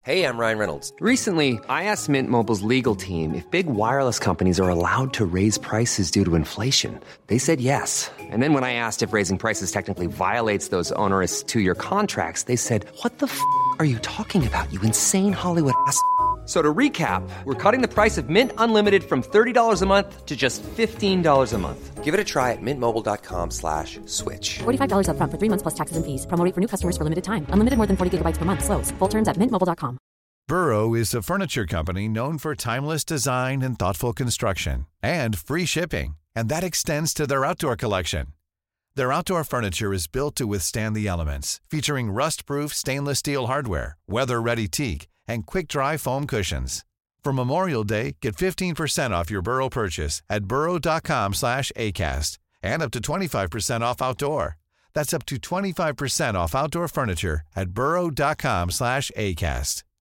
Hey, I'm Ryan Reynolds. Recently, I asked Mint Mobile's legal team if big wireless companies are allowed to raise prices due to inflation. They said yes. And then when I asked if raising prices technically violates those onerous two-year contracts, they said, "What the are you talking about, you insane Hollywood ass?" So to recap, we're cutting the price of Mint Unlimited from $30 a month to just $15 a month. Give it a try at mintmobile.com/switch. $45 up front for 3 months plus taxes and fees. Promo rate for new customers for limited time. Unlimited more than 40 gigabytes per month. Slows full terms at mintmobile.com. Burrow is a furniture company known for timeless design and thoughtful construction, and free shipping, and that extends to their outdoor collection. Their outdoor furniture is built to withstand the elements, featuring rust-proof stainless steel hardware, weather-ready teak, and quick-dry foam cushions. For Memorial Day, get 15% off your Burrow purchase at burrow.com/acast, and up to 25% off outdoor. That's up to 25% off outdoor furniture at burrow.com/acast.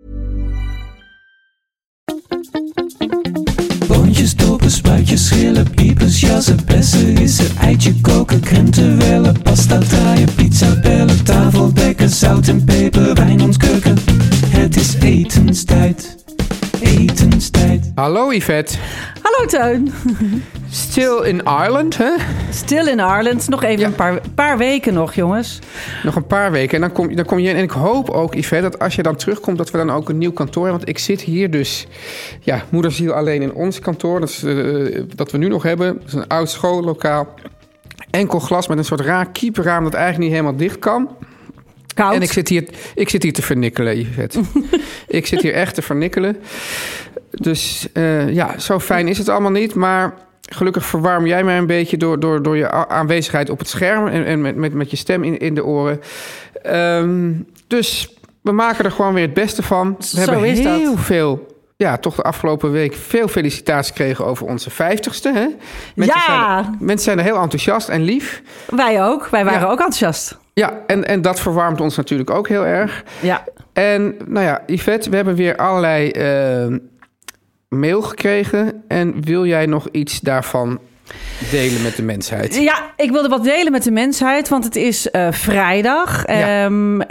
Boontjes, dopen, spuitjes, schillen, piepers, jassen, bessen, rissen, eitje koken, krenten wellen, pasta draaien, pizza bellen, tafel dekken, zout en peper, wijn ontkurken. Het is etenstijd, etenstijd. Hallo Yvette. Hallo Teun. Still in Ireland, hè? Still in Ireland. Nog even een paar weken nog, jongens. Nog een paar weken. En dan kom je in. En ik hoop ook, Yvette, dat als je dan terugkomt, dat we dan ook een nieuw kantoor hebben. Want ik zit hier dus, moederziel alleen in ons kantoor. Dat we nu nog hebben. Dat is een oud schoollokaal. Enkel glas met een soort raar keeperraam dat eigenlijk niet helemaal dicht kan. Koud. En ik zit hier te vernikkelen, Yvette. Ik zit hier echt te vernikkelen. Dus zo fijn is het allemaal niet. Maar gelukkig verwarm jij mij een beetje door je aanwezigheid op het scherm. En met je stem in de oren. Dus we maken er gewoon weer het beste van. We hebben heel veel... Ja, toch de afgelopen week veel felicitaties gekregen over onze 50ste. Hè? Mensen zijn er heel enthousiast en lief. Wij ook. Wij waren ook enthousiast. Ja, en dat verwarmt ons natuurlijk ook heel erg. Ja. En Yvette, we hebben weer allerlei mail gekregen. En wil jij nog iets daarvan delen met de mensheid? Ja, ik wilde wat delen met de mensheid, want het is vrijdag. Ja.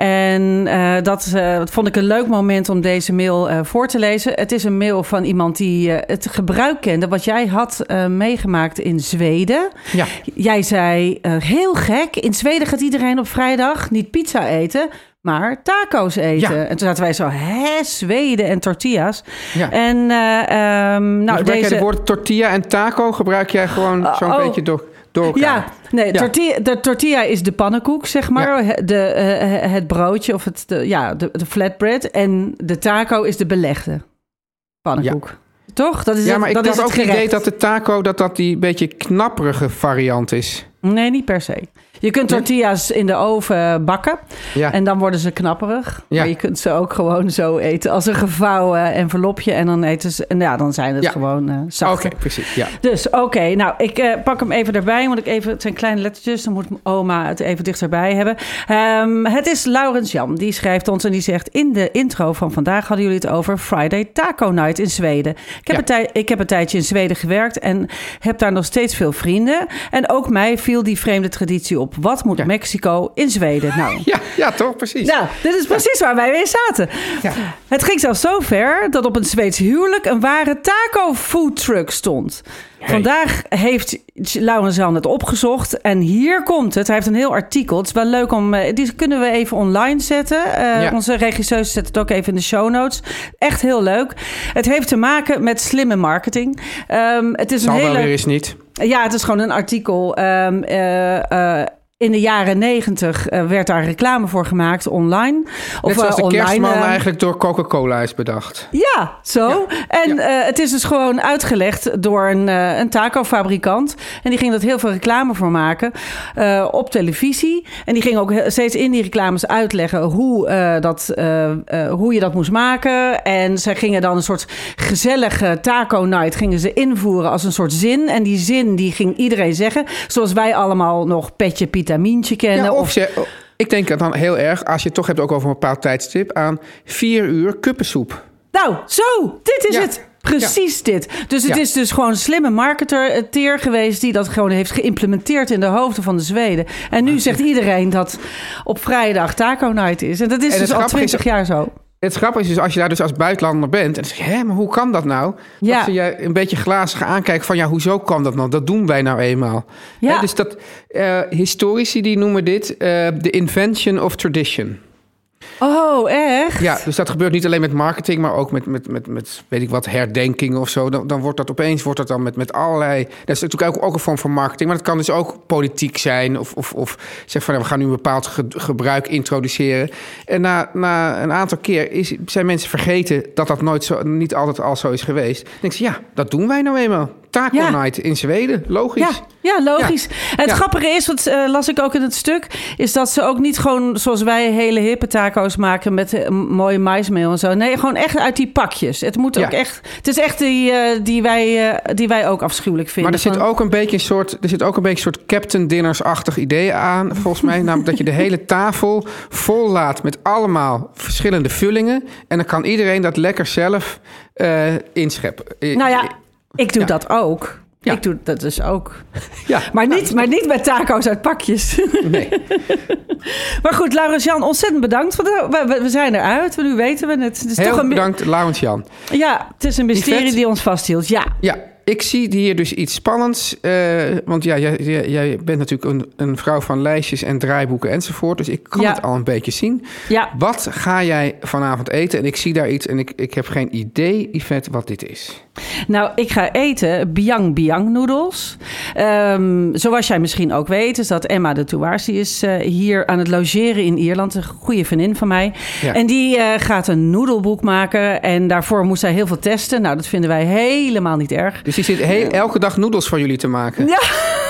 Dat vond ik een leuk moment om deze mail voor te lezen. Het is een mail van iemand die het gebruik kende wat jij had meegemaakt in Zweden. Ja. Jij zei, heel gek, in Zweden gaat iedereen op vrijdag niet pizza eten, maar taco's eten. Ja. En toen zaten wij zo, Zweden en tortillas. Ja. En gebruik jij het woord tortilla en taco? Gebruik jij gewoon zo'n beetje door elkaar? Ja, nee, de tortilla is de pannenkoek, zeg maar. Ja. Het broodje of de flatbread. En de taco is de belegde pannenkoek. Ja. Toch? Dat is maar ik had ook het idee dat de taco dat die beetje knapperige variant is. Nee, niet per se. Je kunt tortillas in de oven bakken. Ja. En dan worden ze knapperig. Ja. Maar je kunt ze ook gewoon zo eten als een gevouwen envelopje. En dan eten ze. En dan zijn het gewoon zacht. Oké, precies. Ja. Dus nou, ik pak hem even erbij. Het zijn kleine lettertjes. Dan moet oma het even dichterbij hebben. Het is Laurens Jan. Die schrijft ons en die zegt: in de intro van vandaag hadden jullie het over Friday Taco Night in Zweden. Ik heb een tijdje in Zweden gewerkt en heb daar nog steeds veel vrienden. En ook mij viel die vreemde traditie op. Wat moet Mexico in Zweden? Nou, ja, toch? Precies. Nou, dit is precies waar wij weer zaten. Ja. Het ging zelfs zo ver dat op een Zweeds huwelijk een ware taco food truck stond. Hey. Vandaag heeft Laurens Jan het opgezocht en hier komt het. Hij heeft een heel artikel. Het is wel leuk om... die kunnen we even online zetten. Onze regisseuse zet het ook even in de show notes. Echt heel leuk. Het heeft te maken met slimme marketing. Het is zal wel weer eens niet. Ja, het is gewoon een artikel. In de jaren 90 werd daar reclame voor gemaakt online. Net zoals de kerstman eigenlijk door Coca-Cola is bedacht. Ja, zo. Ja. En het is dus gewoon uitgelegd door een taco-fabrikant. En die ging dat heel veel reclame voor maken op televisie. En die ging ook steeds in die reclames uitleggen hoe je dat moest maken. En ze gingen dan een soort gezellige taco-night gingen ze invoeren als een soort zin. En die zin die ging iedereen zeggen. Zoals wij allemaal nog Petje Pitamintje kennen. Ja, ik denk dan heel erg, als je het toch hebt ook over een bepaald tijdstip, aan 4 uur kuppensoep. Nou, zo, dit is het. Precies dit. Dus het is dus gewoon een slimme marketeer geweest die dat gewoon heeft geïmplementeerd in de hoofden van de Zweden. En nu zegt iedereen dat op vrijdag Taco Night is. En dat is dus al 20 jaar zo. Het grappige is dus als je daar dus als buitenlander bent... en dan zeg je, maar hoe kan dat nou? Ja. Dat ze je een beetje glazig aankijken van... hoezo kan dat nou? Dat doen wij nou eenmaal. Ja. Dus dat historici die noemen dit the invention of tradition. Oh, echt? Ja, dus dat gebeurt niet alleen met marketing... maar ook met weet ik wat, herdenkingen of zo. Dan wordt dat opeens met allerlei... Dat is natuurlijk ook een vorm van marketing... maar dat kan dus ook politiek zijn... of zeg van, we gaan nu een bepaald gebruik introduceren. En na een aantal keer zijn mensen vergeten... dat niet altijd al zo is geweest. Dan denk je, dat doen wij nou eenmaal. Taco Night in Zweden, logisch. Ja, logisch. Ja. En het grappige is, wat las ik ook in het stuk... is dat ze ook niet gewoon zoals wij hele hippe taco's maken... met mooie maismeel en zo. Nee, gewoon echt uit die pakjes. Het moet ook echt... Het is echt die wij ook afschuwelijk vinden. Maar er zit ook een beetje een soort Captain Dinners-achtig idee aan, volgens mij. Namelijk dat je de hele tafel vol laat met allemaal verschillende vullingen. En dan kan iedereen dat lekker zelf inscheppen. Nou ja... Ik doe dat ook. Ja. Ik doe dat dus ook. Ja. Maar niet met taco's uit pakjes. Nee. Maar goed, Laurens-Jan, ontzettend bedankt. We zijn eruit. Nu weten we het. Het is Heel toch bedankt, Laurens-Jan. Ja, het is een mysterie Yvette? die ons vasthield. Ja. Ik zie hier dus iets spannends. Want jij bent natuurlijk een vrouw van lijstjes en draaiboeken enzovoort. Dus ik kan het al een beetje zien. Ja. Wat ga jij vanavond eten? En ik zie daar iets en ik heb geen idee, Yvette, wat dit is. Nou, ik ga eten biang biang noedels. Zoals jij misschien ook weet, is dat Emma de Touwaars... die is hier aan het logeren in Ierland. Een goede vriendin van mij. Ja. En die gaat een noedelboek maken. En daarvoor moest zij heel veel testen. Nou, dat vinden wij helemaal niet erg. Dus die zit elke dag noedels voor jullie te maken? Ja.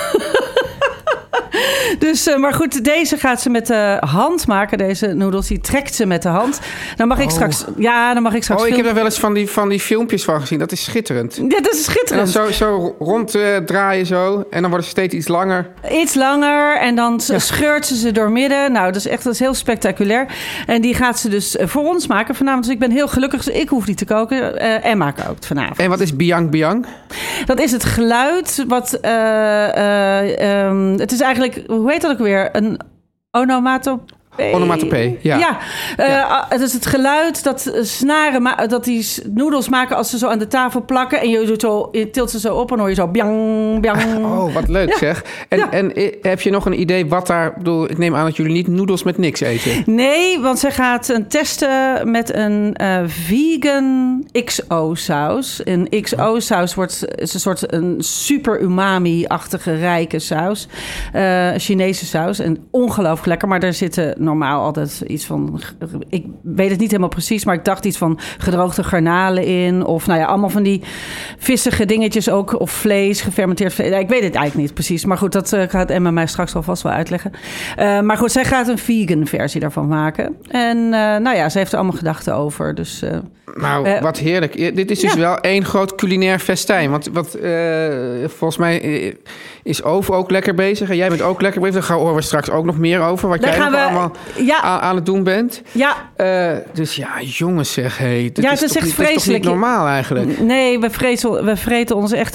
Dus, maar goed, deze gaat ze met de hand maken, deze noedels. Die trekt ze met de hand. Dan mag ik straks... Ja, dan mag ik straks... ik heb er wel eens van die filmpjes van gezien. Dat is schitterend. Ja, dat is schitterend. En dan zo rond draaien zo. En dan wordt het steeds iets langer. Iets langer. En dan scheurt ze doormidden. Nou, dat is heel spectaculair. En die gaat ze dus voor ons maken vanavond. Dus ik ben heel gelukkig. Dus ik hoef niet te koken. Emma kookt vanavond. En wat is biang biang? Dat is het geluid wat... het is eigenlijk... Hoe heet dat ook weer? Een onomatopee, ja. Het is het geluid dat snaren... dat die noedels maken als ze zo aan de tafel plakken... en je tilt ze zo op en hoor je zo... biang, biang. Oh, wat leuk zeg. En heb je nog een idee wat daar... Ik neem aan dat jullie niet noedels met niks eten. Nee, want zij gaat testen met een vegan XO-saus. Een XO-saus is een soort een super umami-achtige rijke saus. Chinese saus. En ongelooflijk lekker, maar daar zitten normaal altijd iets van... Ik weet het niet helemaal precies, maar ik dacht iets van gedroogde garnalen in. Of nou ja, allemaal van die vissige dingetjes ook. Of vlees, gefermenteerd vlees. Ik weet het eigenlijk niet precies. Maar goed, dat gaat Emma mij straks alvast wel uitleggen. Maar goed, zij gaat een vegan versie daarvan maken. En nou ja, ze heeft er allemaal gedachten over. Dus, wat heerlijk. Dit is dus wel één groot culinair festijn. Want volgens mij is Ove ook lekker bezig. En jij bent ook lekker bezig. Daar horen we straks ook nog meer over. Wat jij nog allemaal aan het doen bent. Ja. Dus ja, jongens zeg. Hey, het is echt vreselijk. Dat is toch niet normaal eigenlijk? Nee, we vreten ons echt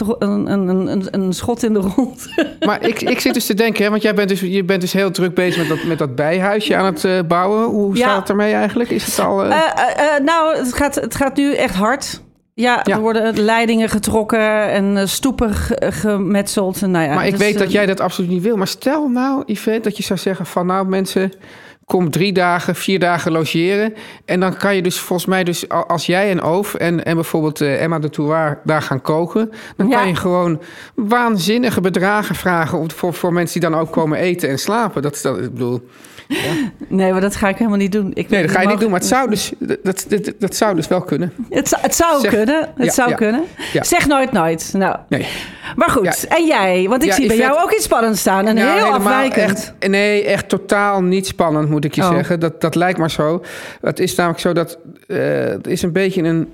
een schot in de rond. Maar ik zit dus te denken, hè, want je bent dus heel druk bezig met dat bijhuisje aan het bouwen. Hoe staat het ermee eigenlijk? Is het al... Nou, het gaat nu echt hard. Ja, er worden leidingen getrokken en stoepen gemetseld. Nou ja, maar ik weet dat jij dat absoluut niet wil. Maar stel nou, Yvette, dat je zou zeggen van... nou mensen, kom 3 dagen, 4 dagen logeren. En dan kan je dus volgens mij... dus als jij en Oof en bijvoorbeeld Emma de Touwaars daar gaan koken... dan kan je gewoon waanzinnige bedragen vragen... voor mensen die dan ook komen eten en slapen. Ik bedoel... Ja. Nee, maar dat ga ik helemaal niet doen. Dat ga je niet doen, maar het zou dus, dat zou dus wel kunnen. Het zou kunnen. Het zou kunnen. Ja. Zeg nooit nooit. Nou. Nee. Maar goed, en jij? Want ik zie bij jou ook iets spannends staan. En heel afwijkend. Echt totaal niet spannend, moet ik je zeggen. Dat lijkt maar zo. Het is namelijk zo dat... het is een beetje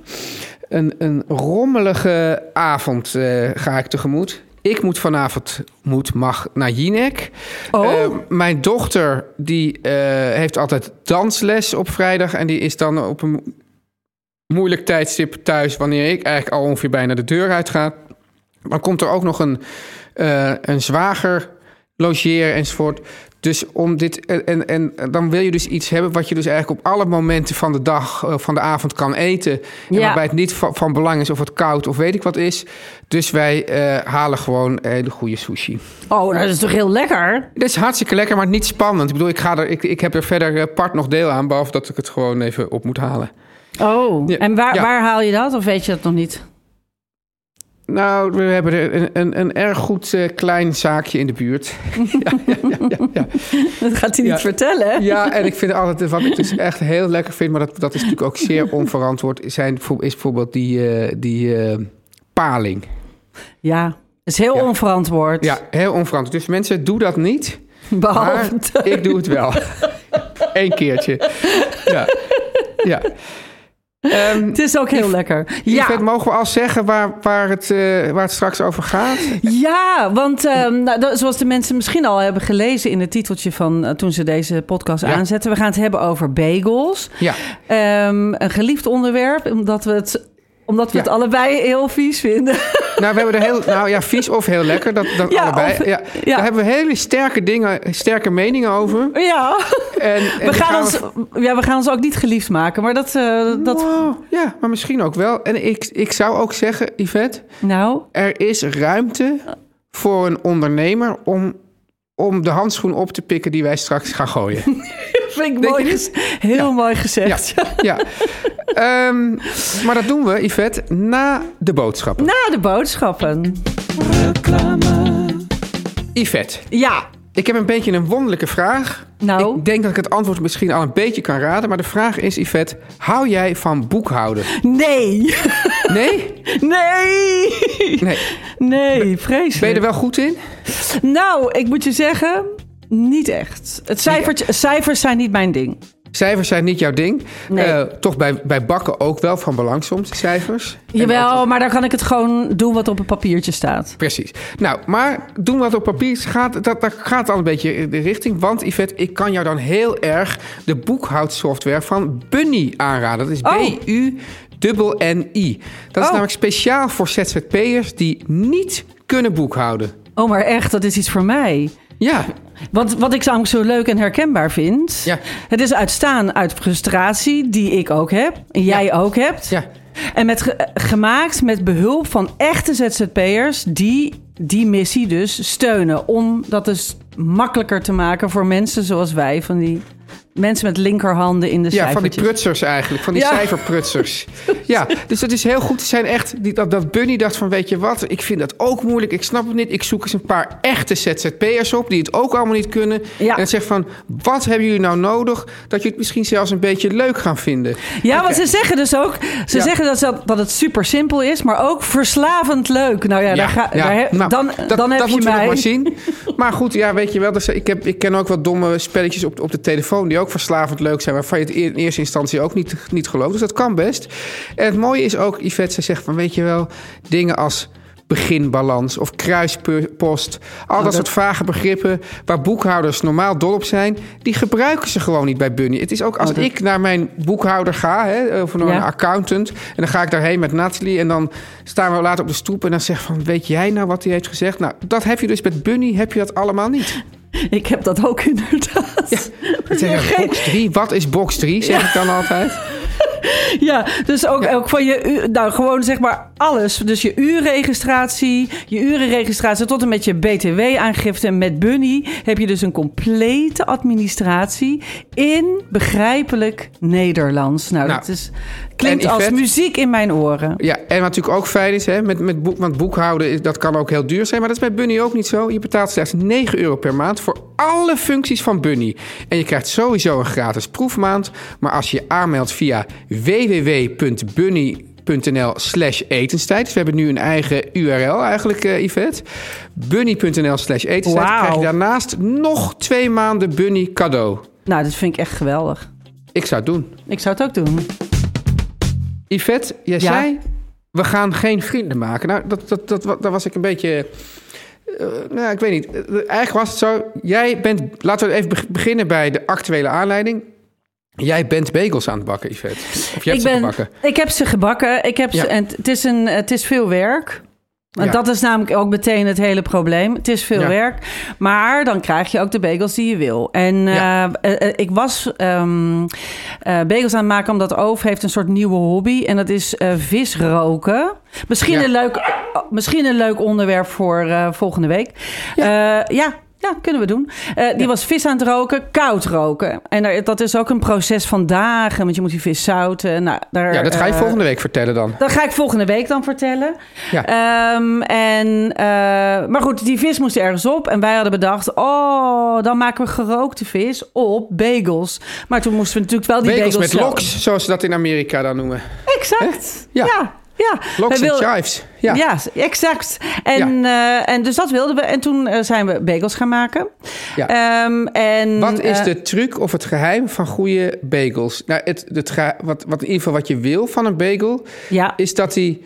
een rommelige avond ga ik tegemoet. Ik moet vanavond mag naar Jinek. Mijn dochter die heeft altijd dansles op vrijdag. En die is dan op een moeilijk tijdstip thuis... wanneer ik eigenlijk al ongeveer bijna de deur uitga. Dan komt er ook nog een zwager logeren enzovoort. Dus om dit... En dan wil je dus iets hebben wat je dus eigenlijk op alle momenten van de dag, van de avond kan eten. En waarbij het niet van belang is of het koud of weet ik wat is. Dus wij halen gewoon hele goede sushi. Oh, dat is toch heel lekker? Dat is hartstikke lekker, maar niet spannend. Ik bedoel, ik heb er verder part nog deel aan, behalve dat ik het gewoon even op moet halen. Oh, ja. En waar haal je dat? Of weet je dat nog niet? Nou, we hebben er een erg goed klein zaakje in de buurt. Ja. Dat gaat hij niet vertellen, hè? Ja, en ik vind altijd, wat ik dus echt heel lekker vind... maar dat is natuurlijk ook zeer onverantwoord... is bijvoorbeeld die paling. Ja, het is heel onverantwoord. Ja, heel onverantwoord. Dus mensen, doe dat niet. Behalve maar ik doe het wel. Eén keertje. Ja. Het is ook heel lekker. Yvette, mogen we al zeggen waar het straks over gaat? Ja, want zoals de mensen misschien al hebben gelezen in het titeltje van toen ze deze podcast aanzetten. We gaan het hebben over bagels. Ja. Een geliefd onderwerp, omdat we het allebei heel vies vinden. Nou, we hebben er vies of heel lekker, dat allebei. Daar hebben we hele sterke meningen over. Ja. En we gaan ons ook niet geliefd maken, maar dat... Ja, maar misschien ook wel. En ik zou ook zeggen, Yvette... Nou? Er is ruimte voor een ondernemer om de handschoen op te pikken die wij straks gaan gooien. Vind ik heel mooi gezegd. Ja. Maar dat doen we, Yvette, na de boodschappen. Na de boodschappen. Reclame. Yvette. Ja. Ik heb een beetje een wonderlijke vraag. Nou? Ik denk dat ik het antwoord misschien al een beetje kan raden. Maar de vraag is, Yvette, hou jij van boekhouden? Nee. Nee? Nee, vreselijk. Ben je er wel goed in? Nou, ik moet je zeggen, niet echt. Cijfers zijn niet mijn ding. Cijfers zijn niet jouw ding. Nee. Toch bij bakken ook wel van belang soms, cijfers. Jawel, maar dan kan ik het gewoon doen wat op een papiertje staat. Precies. Nou, maar doen wat op papier gaat, dat gaat al een beetje in de richting. Want Yvette, ik kan jou dan heel erg de boekhoudsoftware van Bunny aanraden. Dat is BUNNI. Dat is namelijk speciaal voor ZZP'ers die niet kunnen boekhouden. Oh, maar echt, dat is iets voor mij. Ja. Wat ik zo leuk en herkenbaar vind... Ja. Het is uitstaan uit frustratie die ik ook heb. En jij ook hebt. Ja. En gemaakt met behulp van echte ZZP'ers... die missie dus steunen. Om dat dus makkelijker te maken voor mensen zoals wij... van die mensen met linkerhanden in de cijfertjes. Ja, van die prutsers eigenlijk. Van die cijferprutsers. Ja, dus dat is heel goed. Het zijn echt... Dat Bunny dacht van, weet je wat? Ik vind dat ook moeilijk. Ik snap het niet. Ik zoek eens een paar echte ZZP'ers op... die het ook allemaal niet kunnen. Ja. En het zegt van, wat hebben jullie nou nodig... dat jullie het misschien zelfs een beetje leuk gaan vinden? Ja, want ze zeggen dus ook... Ze zeggen dat het super simpel is... maar ook verslavend leuk. Nou ja, dan heb dat je moeten mij. We nog maar zien. Maar goed, ja, weet je wel... Dus ik ken ook wat domme spelletjes op de telefoon... die ook verslavend leuk zijn... waarvan je het in eerste instantie ook niet gelooft. Dus dat kan best. En het mooie is ook, Yvette, ze zegt van... weet je wel, dingen als beginbalans of kruispost... al dat soort vage begrippen... waar boekhouders normaal dol op zijn... die gebruiken ze gewoon niet bij Bunny. Het is ook als ik naar mijn boekhouder ga... of naar een accountant... en dan ga ik daarheen met Nathalie... en dan staan we later op de stoep... en dan zeg van, weet jij nou wat hij heeft gezegd? Nou, dat heb je dus met Bunny, heb je dat allemaal niet. Ik heb dat ook inderdaad. Ja, box 3, wat is box 3, zeg ik dan altijd. Ja, dus ook van je... Nou, gewoon zeg maar alles. Dus je urenregistratie tot en met je BTW-aangifte. En met Bunny heb je dus een complete administratie in begrijpelijk Nederlands. Nou dat klinkt als muziek in mijn oren. Ja, en wat natuurlijk ook fijn is, hè, want boekhouden, dat kan ook heel duur zijn. Maar dat is bij Bunny ook niet zo. Je betaalt slechts €9 per maand voor alle functies van Bunny. En je krijgt sowieso een gratis proefmaand. Maar als je je aanmeldt via www.bunny.nl/etenstijd. Dus we hebben nu een eigen URL eigenlijk, Yvette. Bunny.nl/etenstijd. Wow. Krijg je daarnaast nog 2 maanden Bunny cadeau. Nou, dat vind ik echt geweldig. Ik zou het doen. Ik zou het ook doen. Yvette, jij zei, we gaan geen vrienden maken. Nou, daar was ik een beetje... ik weet niet. Eigenlijk was het zo. Laten we even beginnen bij de actuele aanleiding. Jij bent bagels aan het bakken, Yvette. Of je hebt ze gebakken. Ik heb ze gebakken. En het is veel werk. En dat is namelijk ook meteen het hele probleem. Het is veel werk, maar dan krijg je ook de bagels die je wil. En ik was bagels aan het maken omdat Oof heeft een soort nieuwe hobby. En dat is vis roken. Misschien een leuk onderwerp voor volgende week. Ja, kunnen we doen. Die was vis aan het roken, koud roken. En dat is ook een proces van dagen, want je moet die vis zouten. Nou, dat ga je volgende week vertellen dan. Dat ga ik volgende week dan vertellen. Ja. Maar goed, die vis moest ergens op. En wij hadden bedacht, dan maken we gerookte vis op bagels. Maar toen moesten we natuurlijk wel die bagels met loks, zoals ze dat in Amerika dan noemen. Exact, ja. Loks en chives. Ja, exact. En dus dat wilden we. En toen zijn we bagels gaan maken. Ja. Wat is de truc of het geheim van goede bagels? Nou, wat in ieder geval wat je wil van een bagel... is dat hij...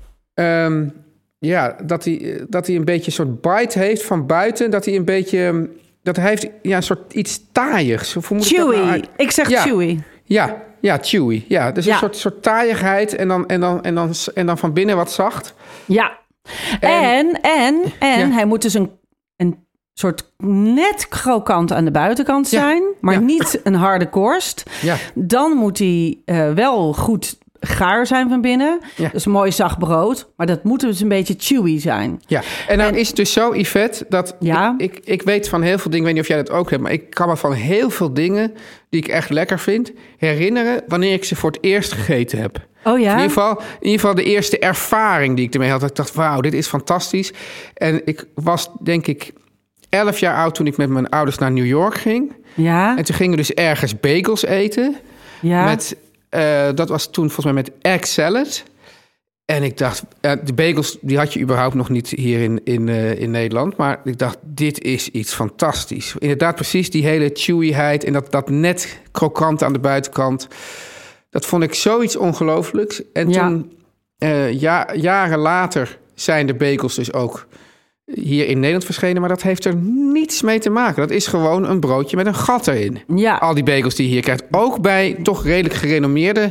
dat hij een beetje een soort bite heeft van buiten. Dat hij een beetje... Dat hij heeft een soort iets taaiigs. Chewy. Ik zeg chewy. Ja, chewy. Ja, dus een soort taaiigheid en dan van binnen wat zacht. Ja. En hij moet dus een soort net krokant aan de buitenkant zijn, maar niet een harde korst. Ja. Dan moet hij wel goed gaar zijn van binnen. Ja. Dus mooi zacht brood. Maar dat moet dus een beetje chewy zijn. Ja, en dan is het dus zo, Yvette, dat ik weet van heel veel dingen, ik weet niet of jij dat ook hebt, maar ik kan me van heel veel dingen die ik echt lekker vind, herinneren wanneer ik ze voor het eerst gegeten heb. Oh ja? In ieder geval de eerste ervaring die ik ermee had. Ik dacht, wauw, dit is fantastisch. En ik was, denk ik, 11 jaar oud toen ik met mijn ouders naar New York ging. Ja. En toen gingen we dus ergens bagels eten. Ja. Dat was toen volgens mij met egg salad. En ik dacht, de bagels die had je überhaupt nog niet hier in Nederland. Maar ik dacht, dit is iets fantastisch. Inderdaad, precies die hele chewyheid en dat net krokant aan de buitenkant. Dat vond ik zoiets ongelooflijks. En toen, jaren later, zijn de bagels dus ook hier in Nederland verschenen. Maar dat heeft er niets mee te maken. Dat is gewoon een broodje met een gat erin. Ja. Al die bagels die je hier krijgt. Ook bij toch redelijk gerenommeerde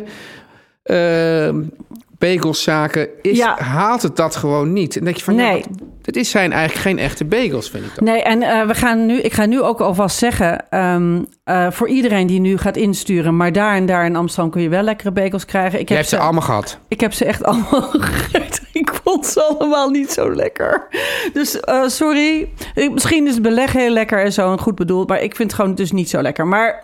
bagelszaken haalt het dat gewoon niet. En denk je van, nee. Dit zijn eigenlijk geen echte bagels, vind ik dat. Nee, en ik ga nu ook alvast zeggen, voor iedereen die nu gaat insturen, maar daar en daar in Amsterdam kun je wel lekkere bagels krijgen. Je hebt ze allemaal gehad. Ik heb ze echt allemaal gegeten. Ik vond ze allemaal niet zo lekker. Dus sorry. Misschien is het beleg heel lekker en zo en goed bedoeld, maar ik vind het gewoon dus niet zo lekker. Maar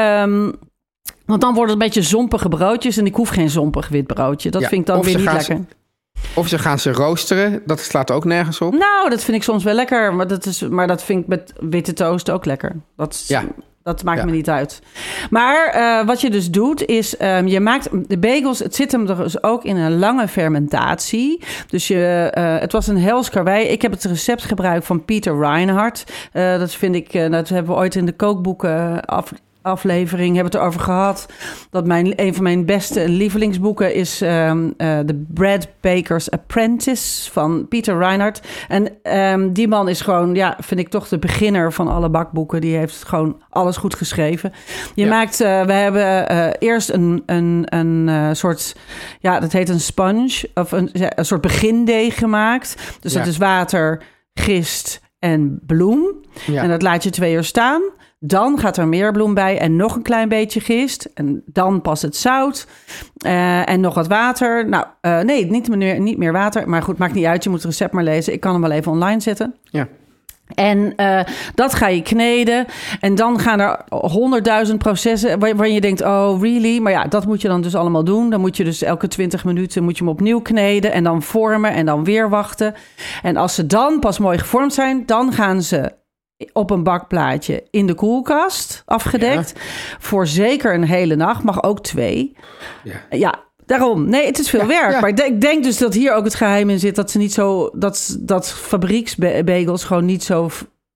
want dan wordt het een beetje zompige broodjes en ik hoef geen zompig wit broodje. Dat vind ik dan weer niet lekker. Of ze gaan ze roosteren. Dat slaat ook nergens op. Nou, dat vind ik soms wel lekker. Maar dat vind ik met witte toast ook lekker. Dat maakt me niet uit. Maar wat je dus doet is, je maakt de bagels. Het zit hem dus ook in een lange fermentatie. Dus het was een hels karwei. Ik heb het recept gebruikt van Peter Reinhardt. Dat vind ik, dat hebben we ooit in de kookboeken aflevering hebben het erover gehad. Dat een van mijn beste lievelingsboeken is The Bread Baker's Apprentice van Peter Reinhardt. En die man is gewoon, vind ik toch de beginner van alle bakboeken. Die heeft gewoon alles goed geschreven. We hebben eerst een soort, dat heet een sponge, of een soort begindeeg gemaakt. Dus dat is water, gist en bloem. Ja. En dat laat je 2 uur staan. Dan gaat er meer bloem bij en nog een klein beetje gist. En dan pas het zout. En nog wat water. Nou, nee, niet meer water. Maar goed, maakt niet uit. Je moet het recept maar lezen. Ik kan hem wel even online zetten. Ja. En dat ga je kneden. En dan gaan er 100.000 processen waar je denkt, oh, really? Maar dat moet je dan dus allemaal doen. Dan moet je dus elke 20 minuten moet je hem opnieuw kneden. En dan vormen en dan weer wachten. En als ze dan pas mooi gevormd zijn, dan gaan ze op een bakplaatje in de koelkast, afgedekt. Ja. Voor zeker een hele nacht, mag ook 2. Ja, daarom. Nee, het is veel werk. Ja. Maar ik denk dus dat hier ook het geheim in zit, dat ze niet zo, dat fabrieksbagels gewoon niet zo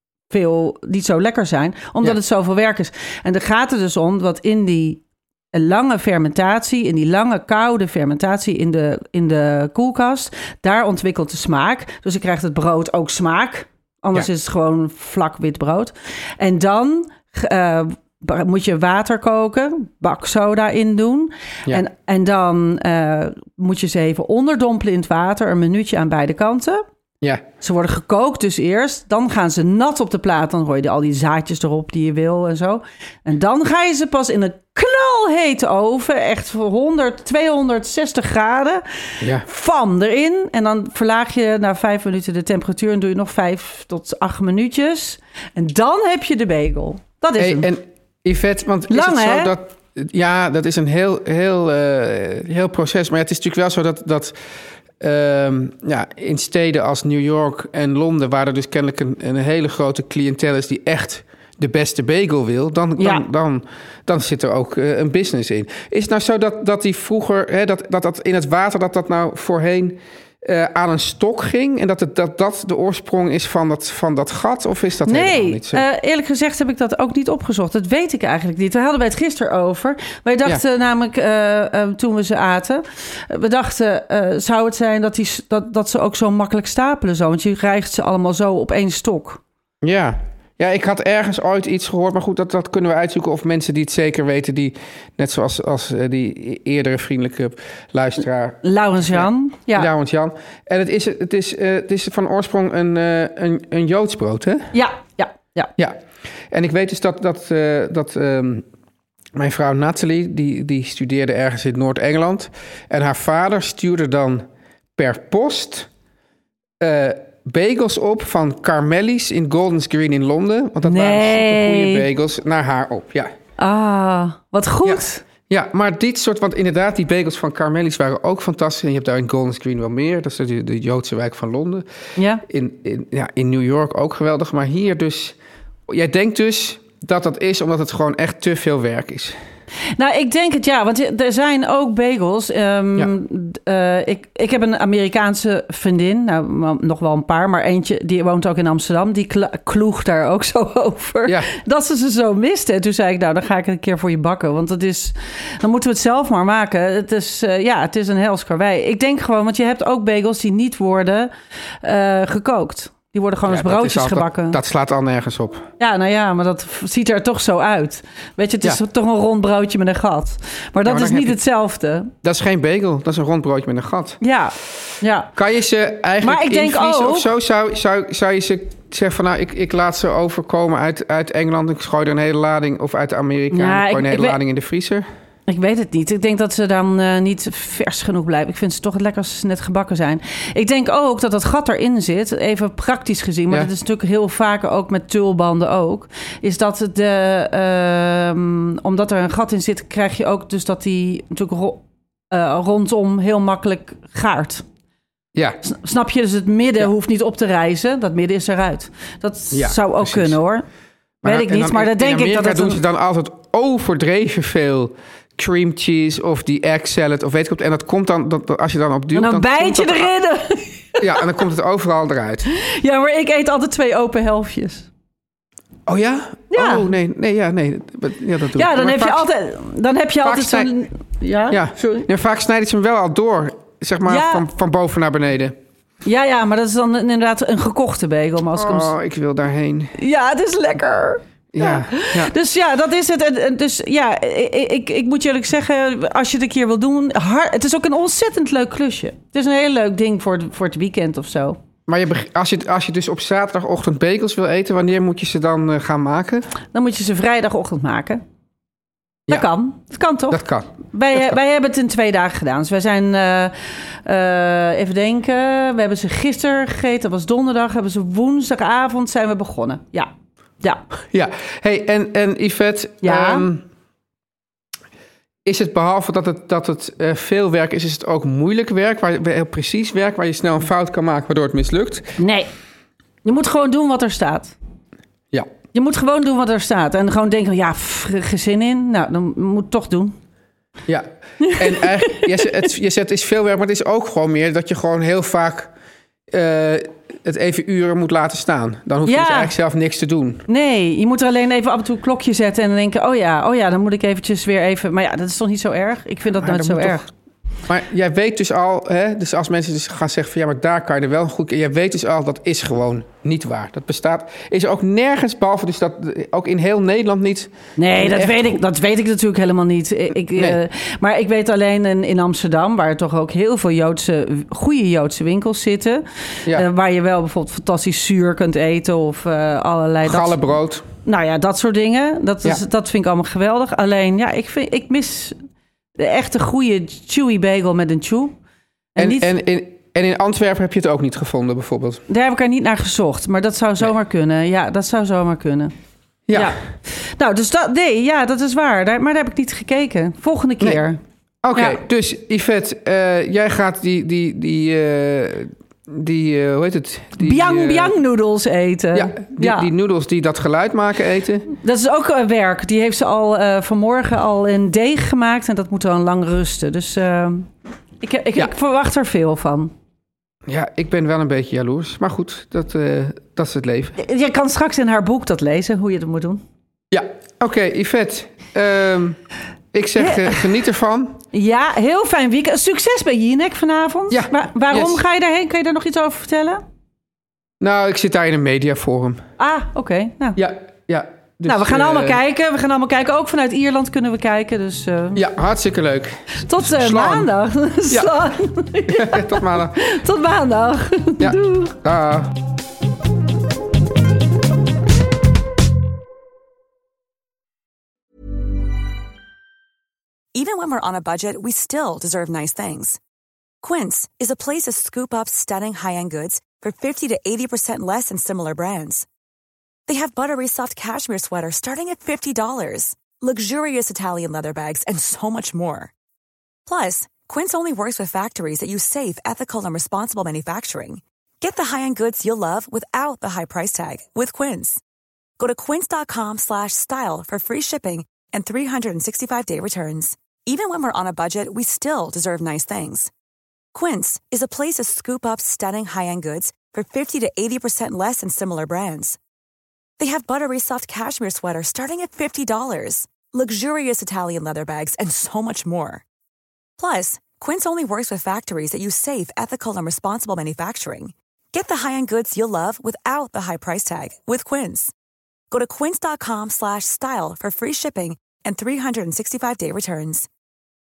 lekker zijn, omdat het zoveel werk is. En er gaat er dus om wat in die lange fermentatie, in die lange koude fermentatie in de koelkast, daar ontwikkelt de smaak. Dus je krijgt het brood ook smaak. Anders is het gewoon vlak wit brood. En dan moet je water koken, baksoda in doen. Ja. En dan moet je ze even onderdompelen in het water, een minuutje aan beide kanten. Ja. Ze worden gekookt dus eerst. Dan gaan ze nat op de plaat. Dan gooi je al die zaadjes erop die je wil en zo. En dan ga je ze pas in een knalhete oven, echt voor 260 graden, van erin. En dan verlaag je na 5 minuten de temperatuur en doe je nog 5 tot 8 minuutjes. En dan heb je de bagel. Dat is hem. En Yvette, want is lang, het zo hè? dat... Ja, dat is een heel proces. Maar het is natuurlijk wel zo dat in steden als New York en Londen, waar er dus kennelijk een hele grote cliëntel is die echt de beste bagel wil, dan zit er ook een business in. Is het nou zo dat die vroeger, dat in het water, dat nou voorheen aan een stok ging en dat de oorsprong is van dat gat? Of is dat helemaal niet zo? Eerlijk gezegd heb ik dat ook niet opgezocht. Dat weet ik eigenlijk niet. We hadden wij het gisteren over. Wij dachten namelijk, toen we ze aten, we dachten, zou het zijn dat ze ook zo makkelijk stapelen zo? Want je krijgt ze allemaal zo op één stok. Ja, ik had ergens ooit iets gehoord, maar goed, dat kunnen we uitzoeken of mensen die het zeker weten, die net zoals die eerdere vriendelijke luisteraar. Laurens Jan. Ja. Laurens Jan. En het is van oorsprong een Joods brood, hè? Ja. En ik weet dus dat mijn vrouw Nathalie, die studeerde ergens in Noord-Engeland. En haar vader stuurde dan per post bagels op van Carmelli's in Golders Green in Londen. Want dat waren supergoeie bagels naar haar op, ja. Ah, wat goed. Ja, maar dit soort, want inderdaad, die bagels van Carmelli's waren ook fantastisch. En je hebt daar in Golders Green wel meer. Dat is de Joodse wijk van Londen. Ja. In New York ook geweldig. Maar hier dus, jij denkt dus dat is omdat het gewoon echt te veel werk is. Nou, ik denk het want er zijn ook bagels. Ik heb een Amerikaanse vriendin, nou nog wel een paar, maar eentje die woont ook in Amsterdam. Die kloeg daar ook zo over, dat ze zo miste. En toen zei ik, nou, dan ga ik een keer voor je bakken, want dan moeten we het zelf maar maken. Het is een hels karwei. Ik denk gewoon, want je hebt ook bagels die niet worden gekookt. Die worden gewoon als broodjes gebakken. Dat slaat al nergens op. Ja, nou ja, maar dat ziet er toch zo uit. Weet je, het is toch een rond broodje met een gat. Maar dat is niet hetzelfde. Dat is geen bagel, dat is een rond broodje met een gat. Ja. Kan je ze eigenlijk invriezen of zo? Zou je ze zeggen van, nou, ik laat ze overkomen uit Engeland. Ik gooi er een hele lading, of uit Amerika. Ik gooi een hele lading in de vriezer. Ik weet het niet. Ik denk dat ze dan niet vers genoeg blijven. Ik vind ze toch het lekker als ze net gebakken zijn. Ik denk ook dat dat gat erin zit, even praktisch gezien, maar dat is natuurlijk heel vaak ook met tulbanden ook, is dat omdat er een gat in zit, krijg je ook dus dat die natuurlijk rondom heel makkelijk gaart. Ja. Snap je? Dus het midden hoeft niet op te rijzen. Dat midden is eruit. Dat zou ook kunnen, hoor. Weet ik niet, maar dat denk ik dat doen ze dan altijd overdreven veel cream cheese of die egg salad of weet ik wat. En dat komt dan, als je dan op duwt, en dan bijt je erin. Ja, en dan komt het overal eruit. Ja, maar ik eet altijd 2 open helftjes. Oh ja? Ja. Oh, nee. Ja, dat doe ik. Ja, dan heb je altijd zo'n... Ja, sorry. Nee, vaak snijdt ze hem wel al door, zeg maar, van boven naar beneden. Ja, maar dat is dan inderdaad een gekochte bagel. Ik wil daarheen. Ja, het is lekker. Ja. Dus dat is het. Dus ik moet je eerlijk zeggen, als je het een keer wil doen, het is ook een ontzettend leuk klusje. Het is een heel leuk ding voor het weekend of zo. Maar als je dus op zaterdagochtend bagels wil eten, wanneer moet je ze dan gaan maken? Dan moet je ze vrijdagochtend maken. Dat kan. Dat kan toch? Dat kan. Wij hebben het in 2 dagen gedaan. Dus wij zijn, even denken, we hebben ze gisteren gegeten. Dat was donderdag. Hebben ze woensdagavond zijn we begonnen. Ja. Hey, en Yvette, is het behalve dat het veel werk is het ook moeilijk werk, heel precies werk, waar je snel een fout kan maken, waardoor het mislukt? Nee. Je moet gewoon doen wat er staat. Ja. Je moet gewoon doen wat er staat. En gewoon denken, geen zin in. Nou, dan moet het toch doen. Ja. En eigenlijk, je zet is veel werk, maar het is ook gewoon meer dat je gewoon heel vaak het even uren moet laten staan. Dan hoef je dus eigenlijk zelf niks te doen. Nee, je moet er alleen even af en toe een klokje zetten en dan denken, oh ja, dan moet ik eventjes weer even... Maar ja, dat is toch niet zo erg? Ik vind dat nooit zo erg. Maar jij weet dus al, hè, dus als mensen dus gaan zeggen van ja, maar daar kan je er wel goed. Jij weet dus al, dat is gewoon niet waar. Dat bestaat, is er ook nergens, behalve dus dat ook in heel Nederland niet. Nee, dat weet ik natuurlijk helemaal niet. Maar ik weet alleen in Amsterdam, waar toch ook heel veel goede Joodse winkels zitten. Ja. Waar je wel bijvoorbeeld fantastisch zuur kunt eten of allerlei... Gallenbrood. Nou ja, dat soort dingen. Dat vind ik allemaal geweldig. Alleen, ja, ik mis de echte goede chewy bagel met een chew. En in Antwerpen heb je het ook niet gevonden, bijvoorbeeld? Daar heb ik er niet naar gezocht. Maar dat zou zomaar kunnen. Ja, dat zou zomaar kunnen. Ja. Nou, dus dat is waar. Maar daar heb ik niet gekeken. Volgende keer. Nee. Oké, dus Yvette, jij gaat die hoe heet het? Biang noedels eten. Ja, die noedels die dat geluid maken eten. Dat is ook werk. Die heeft ze al vanmorgen al in deeg gemaakt. En dat moet dan lang rusten. Dus ik verwacht er veel van. Ja, ik ben wel een beetje jaloers. Maar goed, dat is het leven. Je kan straks in haar boek dat lezen, hoe je dat moet doen. Ja, oké, Yvette. Ik zeg, geniet ervan. Ja, heel fijn weekend. Succes bij Jinek vanavond. Ja, maar waarom ga je daarheen? Kun je daar nog iets over vertellen? Nou, ik zit daar in een mediaforum. Ah, oké. Nou. Ja. Dus, nou, we gaan allemaal kijken. We gaan allemaal kijken. Ook vanuit Ierland kunnen we kijken. Dus, ja, hartstikke leuk. Tot maandag. Ja. Tot maandag. Tot maandag. Ja. Doeg. Dag. Even when we're on a budget, we still deserve nice things. Quince is a place to scoop up stunning high-end goods for 50 to 80% less than similar brands. They have buttery soft cashmere sweaters starting at $50, luxurious Italian leather bags, and so much more. Plus, Quince only works with factories that use safe, ethical, and responsible manufacturing. Get the high-end goods you'll love without the high price tag with Quince. Go to quince.com/style for free shipping and 365-day returns. Even when we're on a budget, we still deserve nice things. Quince is a place to scoop up stunning high-end goods for 50 to 80% less than similar brands. They have buttery soft cashmere sweaters starting at $50, luxurious Italian leather bags, and so much more. Plus, Quince only works with factories that use safe, ethical, and responsible manufacturing. Get the high-end goods you'll love without the high price tag with Quince. Go to quince.com/style for free shipping and 365-day returns.